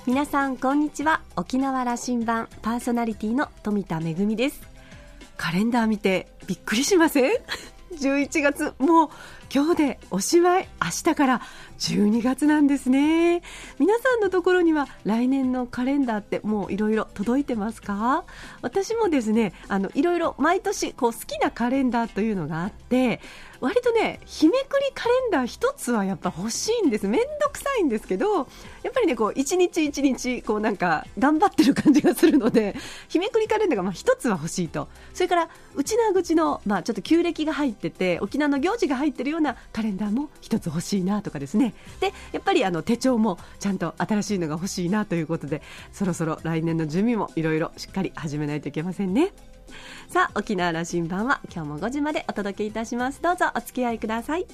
皆さんこんにちは。沖縄羅針盤パーソナリティの富田恵です。カレンダー見てびっくりしません？11月もう今日でおしまい。明日から12月なんですね。皆さんのところには来年のカレンダーってもういろいろ届いてますか？私もですね、いろいろ毎年好きなカレンダーというのがあって、割とね日めくりカレンダー一つはやっぱ欲しいんです。めんどくさいんですけど、やっぱりね一日一日なんか頑張ってる感じがするので、日めくりカレンダーが一つは欲しいと。それから内縄口のちょっと旧暦が入ってて沖縄の行事が入ってるようなカレンダーも一つ欲しいなとかですね。でやっぱり手帳もちゃんと新しいのが欲しいなということで、そろそろ来年の準備もいろいろしっかり始めないといけませんね。さあ沖縄羅針盤は今日も5時までお届けいたします。どうぞお付き合いください。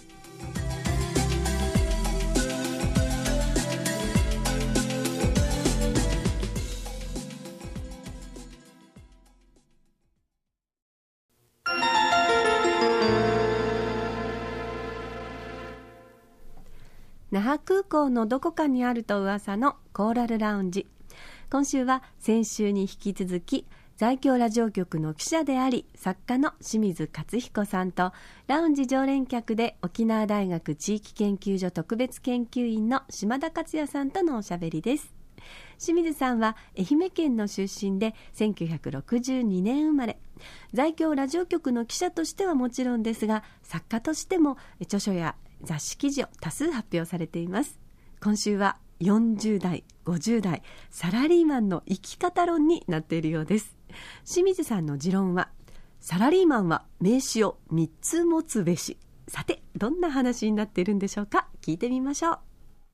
那覇空港のどこかにあると噂のコーラルラウンジ。今週は先週に引き続き在京ラジオ局の記者であり作家の清水勝彦さんと、ラウンジ常連客で沖縄大学地域研究所特別研究員の島田克也さんとのおしゃべりです。清水さんは愛媛県の出身で1962年生まれ、在京ラジオ局の記者としてはもちろんですが、作家としても著書や雑誌記事を多数発表されています。今週は40代50代サラリーマンの生き方論になっているようです。清水さんの持論は、サラリーマンは名刺を3つ持つべし。さてどんな話になっているんでしょうか。聞いてみましょう。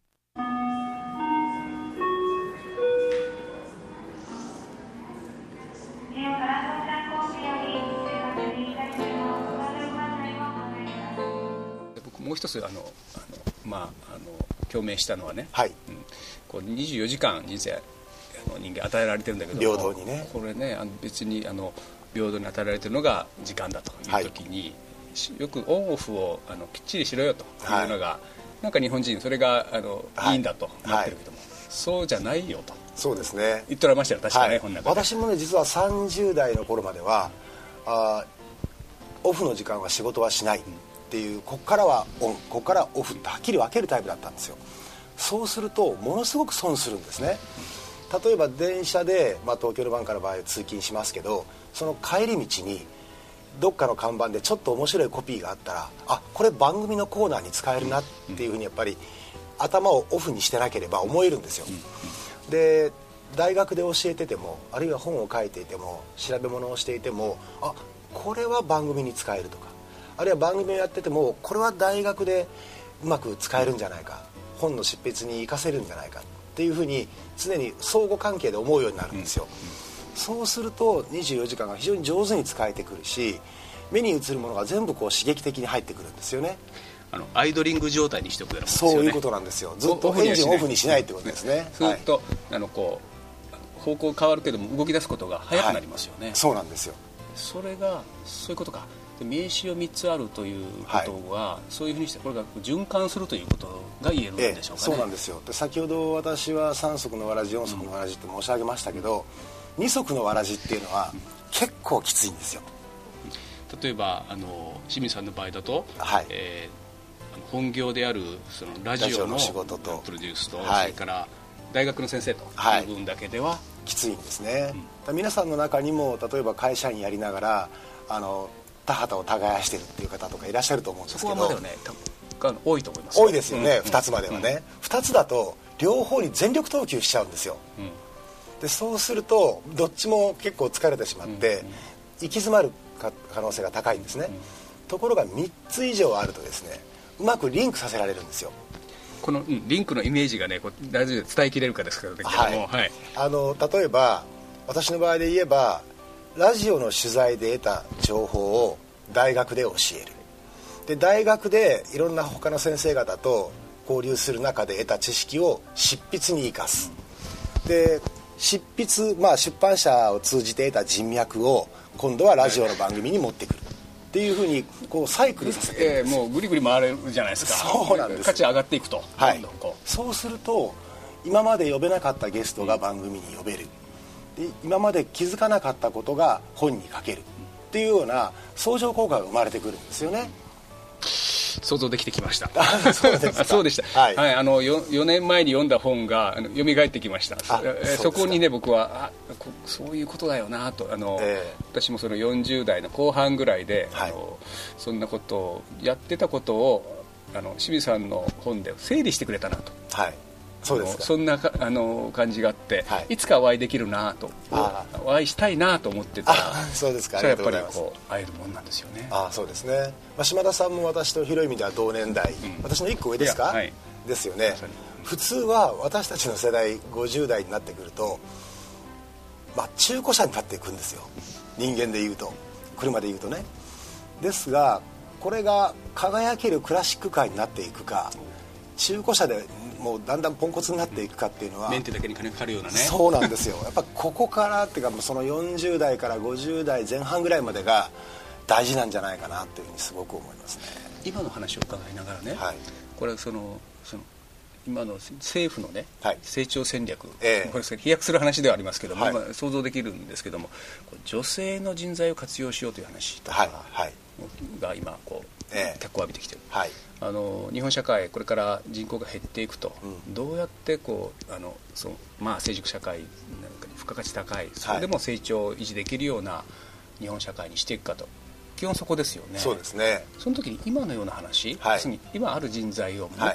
僕もう一つ共鳴したのはね、 はい 24時間人生人間与えられてるんだけど、 平等にね、 これね別に平等に与えられてるのが時間だという時に、よくオンオフをきっちりしろよというのが、なんか日本人それがいいんだとなってるけども、そうじゃないよと。 そうですね、 言っておられましたよ確かね、本の中で。 私もね実は30代の頃まではオフの時間は仕事はしないっていう、ここからはオンここからオフってはっきり分けるタイプだったんですよ。そうするとものすごく損するんですね。例えば電車で、東京のバンカーの場合は通勤しますけど、その帰り道にどっかの看板でちょっと面白いコピーがあったら、これ番組のコーナーに使えるなっていうふうにやっぱり頭をオフにしてなければ思えるんですよ。で大学で教えてても、あるいは本を書いていても、調べ物をしていても、これは番組に使えるとか、あるいは番組をやっててもこれは大学でうまく使えるんじゃないか、本の執筆に生かせるんじゃないかっていうふうに常に相互関係で思うようになるんですよ。そうすると24時間が非常に上手に使えてくるし、目に映るものが全部刺激的に入ってくるんですよね。 アイドリング状態にしておくようなものですよね。 そういうことなんですよ。ずっとエンジンをオフにしないってことですね。 ずっと方向変わるけども動き出すことが早くなりますよね。 そうなんですよ。 それがそういうことか。名刺を3つあるということは、そういうふうにしてこれが循環するということが言えるんでしょうかね。 そうなんですよ。で先ほど私は3足のわらじ4足のわらじって申し上げましたけど、2足のわらじっていうのは結構きついんですよ。 例えば清水さんの場合だと、本業であるそのラジオの仕事とプロデュースと、それから大学の先生という部分だけでは、 きついんですね。皆さんの中にも例えば会社員やりながら田畑を耕してるっていう方とかいらっしゃると思うんですけど、 そこまではね多いと思います。 多いですよね、2つまではね。2つだと両方に全力投球しちゃうんですよ。でそうするとどっちも結構疲れてしまって行き詰まる可能性が高いんですね。ところが3つ以上あるとですね、うまくリンクさせられるんですよ。 このリンクのイメージがねラジオで伝えきれるかですけどね、 例えば私の場合で言えば、ラジオの取材で得た情報を大学で教える。で大学でいろんな他の先生方と交流する中で得た知識を執筆に生かす。で執筆、出版社を通じて得た人脈を今度はラジオの番組に持ってくるっていうふうにサイクルさせてるんです。 もうぐりぐり回れるじゃないですか。 そうなんです。 価値上がっていくと、 はい、そうすると今まで呼べなかったゲストが番組に呼べる、で今まで気づかなかったことが本に書けるっていうような相乗効果が生まれてくるんですよね。 想像できてきました。 そうですか。 そうでした、 はい、 はい、4年前に読んだ本が蘇ってきました。そこにね僕はそういうことだよなと私もその40代の後半ぐらいで、はい、そんなことをやってたことを清水さんの本で整理してくれたなと、 はい、そうですか。 そんな感じがあって、 はい、 いつかお会いできるなと、お会いしたいなと思ってたら、 そうですか。 それはやっぱりこう会えるもんなんですよね。 そうですね。島田さんも私と広い意味では同年代、私の1個上ですか、はい、ですよね。普通は私たちの世代50代になってくると、中古車になっていくんですよ、人間でいうと、車でいうとね。ですがこれが輝けるクラシックカーになっていくか、中古車でもうだんだんポンコツになっていくかっていうのは、 メンテだけに金かかるようなね。 そうなんですよ。やっぱここからっていうか、その40代から50代前半ぐらいまでが大事なんじゃないかなというふうにすごく思いますね。 今の話を伺いながらね、はい、これはその今の政府のね、はい、成長戦略、これ飛躍する話ではありますけども、はい、想像できるんですけども、女性の人材を活用しようという話とかが今こう脚光を浴びてきてる、はい、日本社会これから人口が減っていくと、どうやってこう成熟社会なんかに付加価値高い、それでも成長を維持できるような日本社会にしていくかと、基本そこですよね。 そうですね。 その時に今のような話、はい、今ある人材を、はい、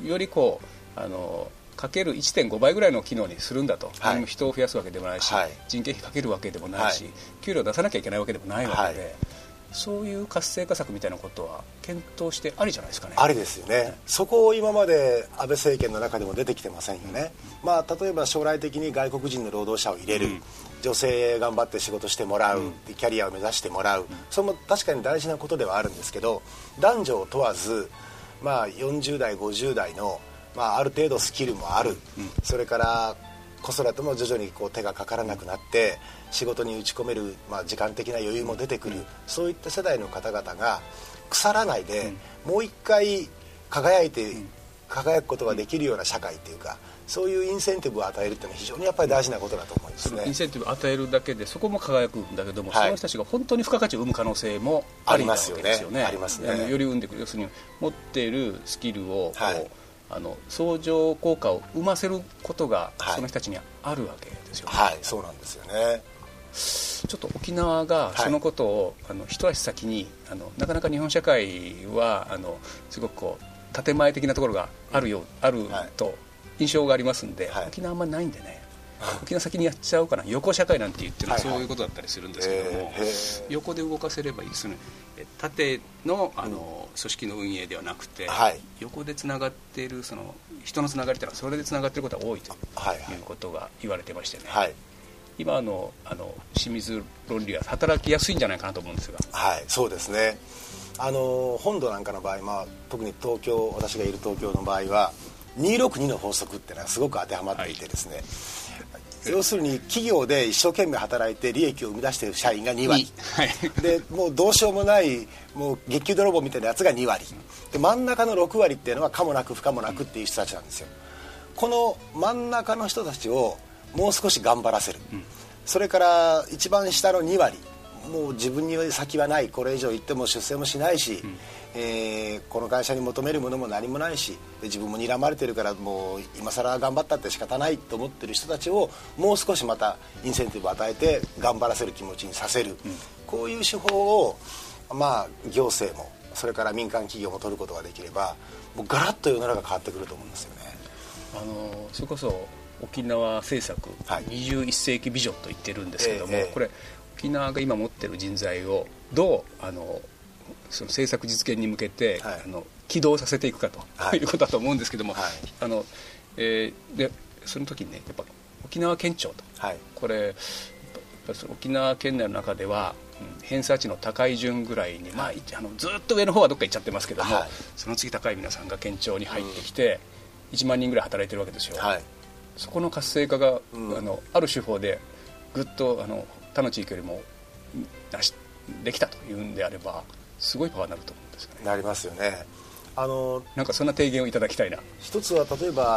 よりこうかける 1.5 倍ぐらいの機能にするんだと、はい、人を増やすわけでもないし、はい、人件費かけるわけでもないし、はい、給料出さなきゃいけないわけでもないわけで、はい、そういう活性化策みたいなことは検討してありじゃないですかね。 ありですよね。そこを今まで安倍政権の中でも出てきてませんよね。例えば将来的に外国人の労働者を入れる、女性頑張って仕事してもらう、キャリアを目指してもらう、それも確かに大事なことではあるんですけど、男女を問わず、40代50代の、ある程度スキルもある、それから子育ても徐々にこう手がかからなくなって仕事に打ち込める、時間的な余裕も出てくる、そういった世代の方々が腐らないで、もう一回輝くことができるような社会というか、そういうインセンティブを与えるっていうのは非常にやっぱり大事なことだと思いますね。 インセンティブを与えるだけでそこも輝くんだけども、はい、その人たちが本当に付加価値を生む可能性もありますよね。ありますね。より生んでくる、要するに持っているスキルを相乗効果を生ませることがその人たちにあるわけですよね。 はい、そうなんですよね。 ちょっと沖縄がそのことを、一足先になかなか日本社会はすごくこう建前的なところがあると印象がありますんで、沖縄あんまりないんでね、沖縄先にやっちゃおうかな、横社会なんて言ってるのはそういうことだったりするんですけども、横で動かせればいいですね。縦の組織の運営ではなくて、横でつながっているその人のつながりというのはそれでつながっていることが多いということが言われてましてね、今清水論理は働きやすいんじゃないかなと思うんですが。 はい、そうですね。本土なんかの場合、特に私がいる東京の場合は262の法則っていうのはすごく当てはまっていてですね、要するに企業で一生懸命働いて利益を生み出している社員が2割、でもうどうしようもないもう月給泥棒みたいなやつが2割で、真ん中の6割っていうのは可もなく不可もなくっていう人たちなんですよ。この真ん中の人たちをもう少し頑張らせる、それから一番下の2割、もう自分に先はない、これ以上言っても出世もしないし、この会社に求めるものも何もないし、で自分も睨まれてるからもう今更頑張ったって仕方ないと思ってる人たちをもう少しまたインセンティブを与えて頑張らせる気持ちにさせる、こういう手法を行政もそれから民間企業も取ることができれば、もうガラッと世の中が変わってくると思うんですよね。 それこそ沖縄政策、21世紀ビジョンと言ってるんですけども、これ沖縄が今持っている人材をどうその政策実現に向けて、起動させていくかということだと思うんですけども、でその時にね、やっぱ沖縄県庁と、これやっぱ沖縄県内の中では偏差値の高い順ぐらいに、ずっと上の方はどっか行っちゃってますけども、その次高い皆さんが県庁に入ってきて、1万人ぐらい働いてるわけですよ。そこの活性化が、ある手法でぐっと他の地域よりもできたというんであれば、すごいパワーになると思うんですよね。 なりますよね。 なんかそんな提言をいただきたいな。 一つは例えば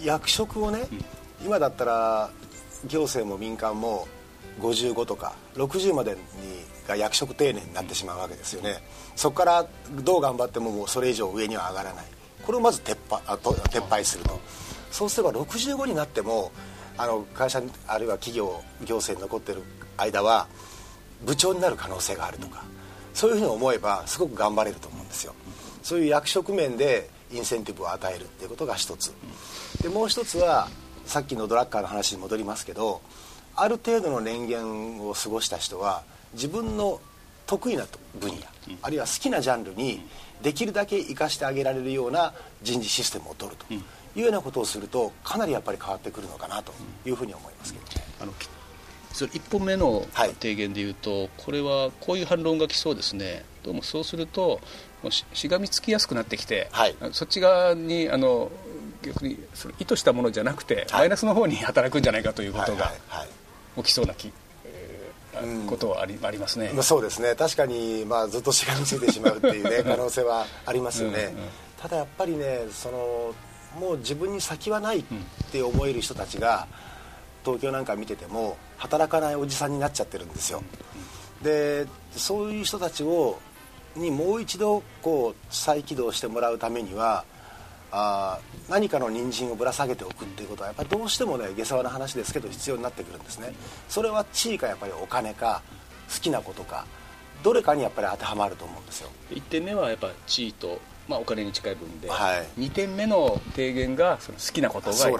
役職をね、今だったら行政も民間も55とか60までにが役職定年になってしまうわけですよね。そこからどう頑張ってももうそれ以上上には上がらない。これをまず撤廃すると。そうすれば65になっても会社あるいは企業行政に残っている間は部長になる可能性があるとか、そういうふうに思えばすごく頑張れると思うんですよ。そういう役職面でインセンティブを与えるっていうことが一つで、もう一つはさっきのドラッカーの話に戻りますけど、ある程度の年限を過ごした人は自分の得意な分野、あるいは好きなジャンルにできるだけ生かしてあげられるような人事システムを取るというようなことをすると、かなりやっぱり変わってくるのかなというふうに思いますけどね。 それ1本目の提言でいうと、これはこういう反論が来そうですね。どうもそうするともうしがみつきやすくなってきて、そっち側に逆にそれ意図したものじゃなくて、マイナスの方に働くんじゃないかということが起きそうなことはありますね。 そうですね。確かに、ずっとしがみついてしまうっていう、ね、可能性はありますよね。ただやっぱりね、もう自分に先はないって思える人たちが、東京なんか見てても働かないおじさんになっちゃってるんですよ。でそういう人たちにもう一度再起動してもらうためには、何かの人参をぶら下げておくっていうことはやっぱりどうしてもね、下世話な話ですけど必要になってくるんですね。それは地位かやっぱりお金か好きなことか、どれかにやっぱり当てはまると思うんですよ。 1点目はやっぱ地位と、お金に近い部分で、2点目の提言がその好きなことが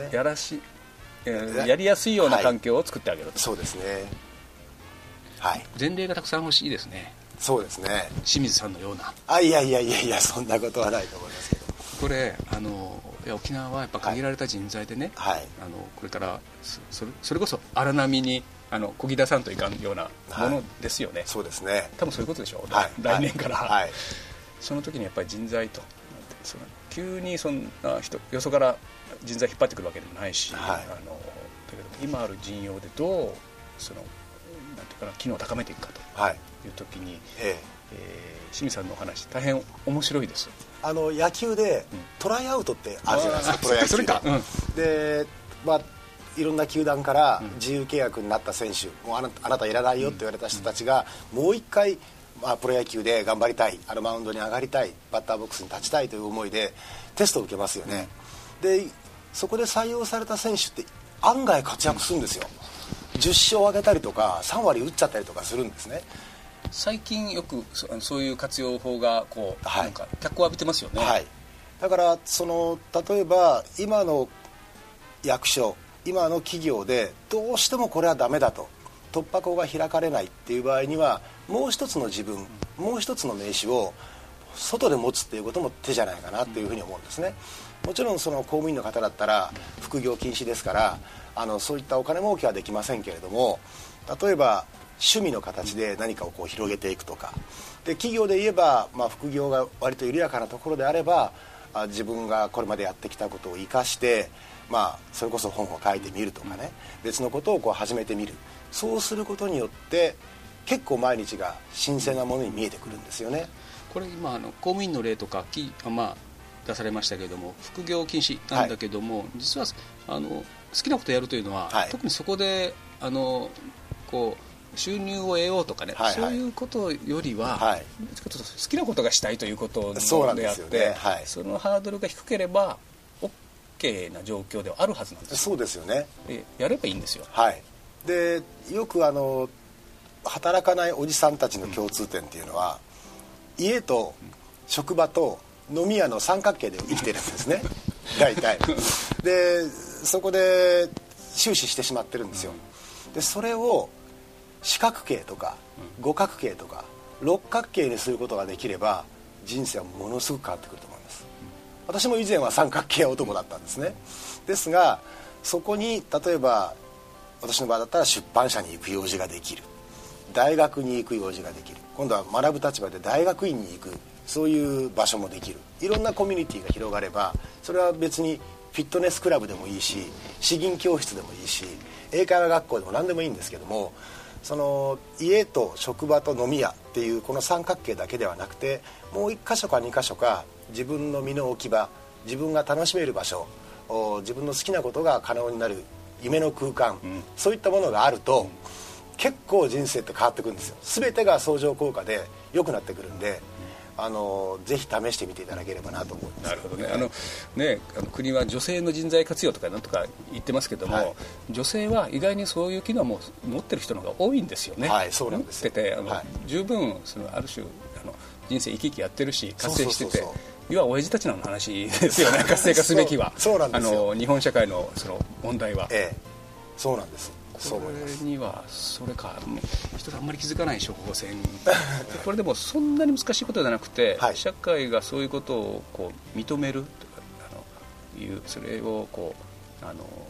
やりやすいような環境を作ってあげると。 そうですね。 前例がたくさん欲しいですね。 そうですね。 清水さんのような。 いやそんなことはないと思いますけど。 これ沖縄はやっぱ限られた人材でね、これからそれこそ荒波にこぎ出さんといかんようなものですよね。 そうですね。 多分そういうことでしょう、来年から、その時にやっぱり人材と急にそんな人よそから人材引っ張ってくるわけでもないし、だけど今ある陣容でどうなんていうかな、機能を高めていくかという時に、清水さんのお話大変面白いです。 野球でトライアウトってあるじゃないですか、プロ野球で。で、いろんな球団から自由契約になった選手、もうあなたいらないよって言われた人たちがもう一回、プロ野球で頑張りたい、マウンドに上がりたい、バッターボックスに立ちたいという思いでテストを受けますよね。でそこで採用された選手って案外活躍するんですよ。10勝を挙げたりとか3割打っちゃったりとかするんですね。 最近よくそういう活用法がなんか脚光を浴びてますよね。 だから例えば今の役所、今の企業でどうしてもこれはダメだと、突破口が開かれないっていう場合には、もう一つの自分、もう一つの名刺を外で持つっていうことも手じゃないかなっていうふうに思うんですね。もちろん公務員の方だったら副業禁止ですから、そういったお金儲けはできませんけれども、例えば趣味の形で何かを広げていくとかで、企業で言えば、副業が割と緩やかなところであれば、自分がこれまでやってきたことを生かして、それこそ本を書いてみるとかね、別のことを始めてみる。そうすることによって結構毎日が新鮮なものに見えてくるんですよね。 これ今公務員の例とか出されましたけれども、副業禁止なんだけども、実は好きなことをやるというのは、特にそこで収入を得ようとかね、そういうことよりは、好きなことがしたいということであって、そのハードルが低ければ OK な状況ではあるはずなんですよ。 そうですよね。 やればいいんですよ。 でよく働かないおじさんたちの共通点っていうのは、家と職場と飲み屋の三角形で生きてるんですね大体でそこで終始してしまってるんですよ。でそれを四角形とか五角形とか六角形にすることができれば、人生はものすごく変わってくると思います。私も以前は三角形男だったんですね。ですがそこに例えば私の場合だったら出版社に行く用事ができる、大学に行く用事ができる、今度は学ぶ立場で大学院に行く、そういう場所もできる。いろんなコミュニティが広がれば、それは別にフィットネスクラブでもいいし、詩吟教室でもいいし、英会話学校でも何でもいいんですけども、家と職場と飲み屋っていうこの三角形だけではなくて、もう1箇所か2箇所か自分の身の置き場、自分が楽しめる場所、 自分の好きなことが可能になる夢の空間、そういったものがあると、結構人生って変わってくるんですよ。全てが相乗効果で良くなってくるんで、ぜひ試してみていただければなと思います。 なるほどね。国は女性の人材活用とかなんとか言ってますけども、はい、女性は意外にそういう機能も持ってる人の方が多いんですよね。 はい、そうなんですよ。 持ってて十分ある種人生生き生きやってるし活性してて、要は親父たちの話ですよね。活性化すべきはそうなんですよ。 日本社会のその問題は、 そうなんです。 これにはそれか人があんまり気づかない処方箋これでもそんなに難しいことじゃなくて、はい、社会がそういうことをこう認めるというそれをこう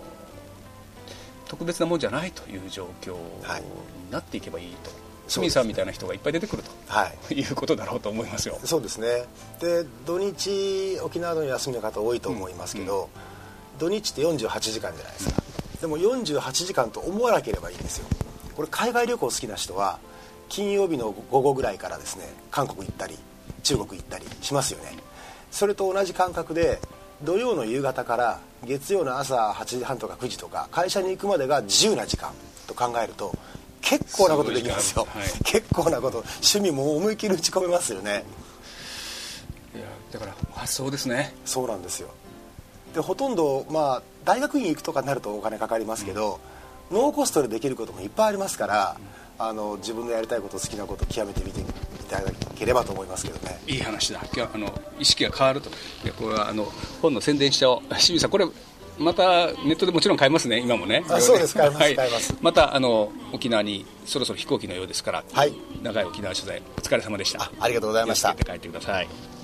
特別なもんじゃないという状況になっていけばいいと、清水さんみたいな人がいっぱい出てくると、はい、いうことだろうと思いますよ。 そうですね。で土日沖縄の休みの方多いと思いますけど、土日って48時間じゃないですか。でも48時間と思わなければいいんですよ。これ海外旅行好きな人は金曜日の午後ぐらいからですね、韓国行ったり中国行ったりしますよね。それと同じ感覚で土曜の夕方から月曜の朝8時半とか9時とか会社に行くまでが自由な時間と考えると結構なことできますよ。はい、結構なこと、趣味も思い切り打ち込めますよね。 いやだから発想ですね。 そうなんですよ。でほとんど、大学院行くとかになるとお金かかりますけど、ノーコストでできることもいっぱいありますから、自分のやりたいこと好きなことを極めてみていただければと思いますけどね。 いい話だ。今日意識が変わると。いやこれは本の宣伝しちゃおう。清水さんこれまたネットでもちろん買えますね。今もね。 そうです、買えます、 はい、 買えます。 また沖縄にそろそろ飛行機のようですから、 はい、 長い沖縄取材お疲れ様でした。 ありがとうございました。 気をつけて帰ってください。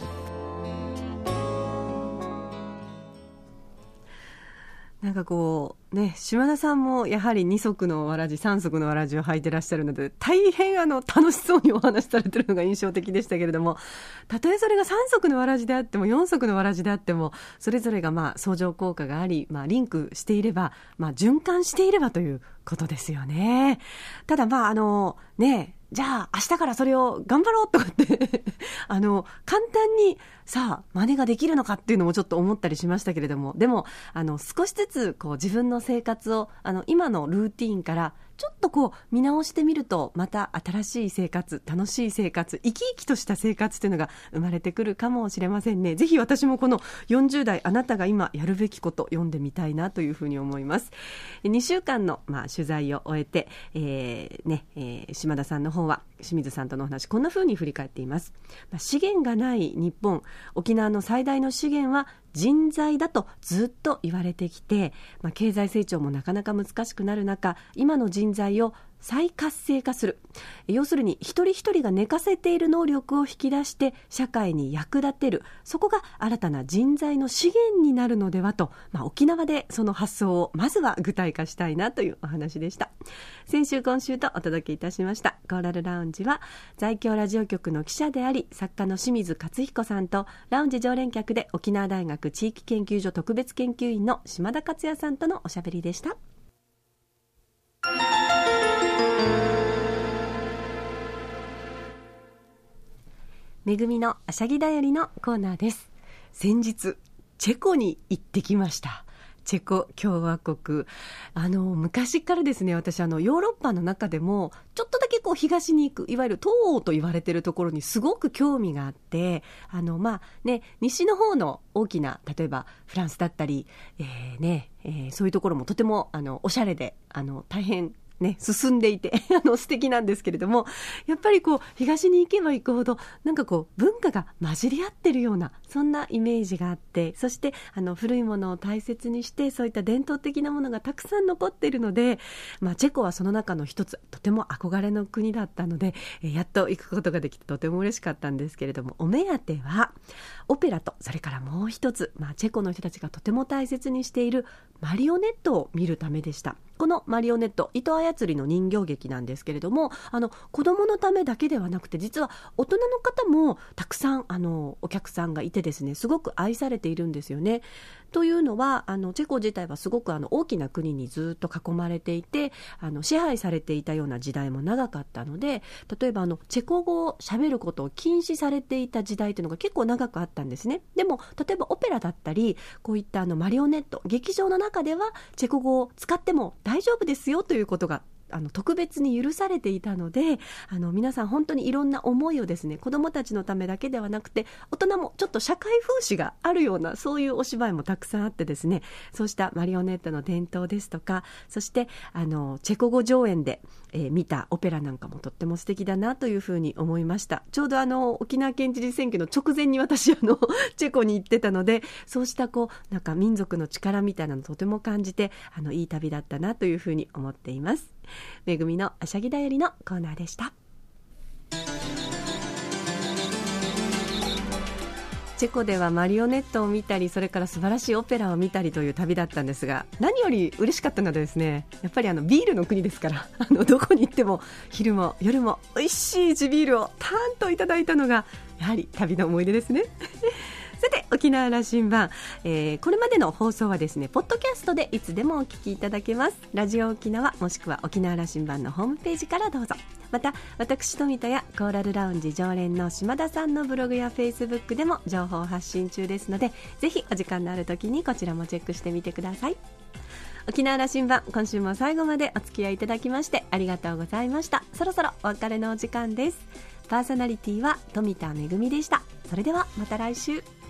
なんかこうね、島田さんもやはり2足のわらじ3足のわらじを履いてらっしゃるので、大変楽しそうにお話しされてるのが印象的でしたけれども、たとえそれが3足のわらじであっても4足のわらじであっても、それぞれが相乗効果があり、リンクしていれば、循環していればということですよね。ただじゃあ明日からそれを頑張ろうとかって簡単にさあ真似ができるのかっていうのもちょっと思ったりしましたけれども、でも少しずつこう自分の生活を今のルーティーンからちょっとこう見直してみると、また新しい生活、楽しい生活、生き生きとした生活というのが生まれてくるかもしれませんね。ぜひ私もこの40代あなたが今やるべきこと読んでみたいなというふうに思います。2週間の取材を終えて、島田さんの方は清水さんとのお話こんなふうに振り返っています。資源がない日本、沖縄の最大の資源は人材だとずっと言われてきて、経済成長もなかなか難しくなる中、今の人材を再活性化する、要するに一人一人が寝かせている能力を引き出して社会に役立てる、そこが新たな人材の資源になるのではと、沖縄でその発想をまずは具体化したいなというお話でした。先週今週とお届けいたしましたコーラルラウンジは、在京ラジオ局の記者であり作家の清水勝彦さんと、ラウンジ常連客で沖縄大学地域研究所特別研究員の島田克也さんとのおしゃべりでした。めぐみのあしゃぎだよりのコーナーです。先日チェコに行ってきました。チェコ共和国、昔からですね、私ヨーロッパの中でもちょっとだけこう東に行く、いわゆる東欧と言われているところにすごく興味があって、西の方の大きな、例えばフランスだったり、そういうところもとてもおしゃれで大変進んでいて素敵なんですけれども、やっぱりこう東に行けば行くほどなんかこう文化が混じり合ってるような、そんなイメージがあって、そして古いものを大切にして、そういった伝統的なものがたくさん残っているので、チェコはその中の一つ、とても憧れの国だったので、やっと行くことができてとても嬉しかったんですけれども、お目当てはオペラと、それからもう一つ、チェコの人たちがとても大切にしているマリオネットを見るためでした。このマリオネット、糸操りの人形劇なんですけれども、子供のためだけではなくて、実は大人の方もたくさんお客さんがいてですね、すごく愛されているんですよね。というのはチェコ自体はすごく大きな国にずっと囲まれていて、支配されていたような時代も長かったので、例えばチェコ語を喋ることを禁止されていた時代というのが結構長くあったんですね。でも例えばオペラだったり、こういったマリオネット劇場の中ではチェコ語を使っても大丈夫ですよということが特別に許されていたので、皆さん本当にいろんな思いをですね、子どもたちのためだけではなくて大人もちょっと社会風刺があるような、そういうお芝居もたくさんあってですね、そうしたマリオネットの伝統ですとか、そしてチェコ語上演で、見たオペラなんかもとっても素敵だなというふうに思いました。ちょうど沖縄県知事選挙の直前に私チェコに行ってたので、そうしたなんか民族の力みたいなのをとても感じて、いい旅だったなというふうに思っています。めぐみのあしゃぎだよりのコーナーでした。チェコではマリオネットを見たり、それから素晴らしいオペラを見たりという旅だったんですが、何より嬉しかったのはですね、やっぱりビールの国ですから、どこに行っても昼も夜も美味しい地ビールをたーんといただいたのがやはり旅の思い出ですね。さて、沖縄羅針盤、これまでの放送はですね、ポッドキャストでいつでもお聞きいただけます。ラジオ沖縄もしくは沖縄羅針盤のホームページからどうぞ。また私富田やコーラルラウンジ常連の島田さんのブログやフェイスブックでも情報を発信中ですので、ぜひお時間のある時にこちらもチェックしてみてください。沖縄羅針盤、今週も最後までお付き合いいただきましてありがとうございました。そろそろお別れのお時間です。パーソナリティは富田恵でした。それではまた来週。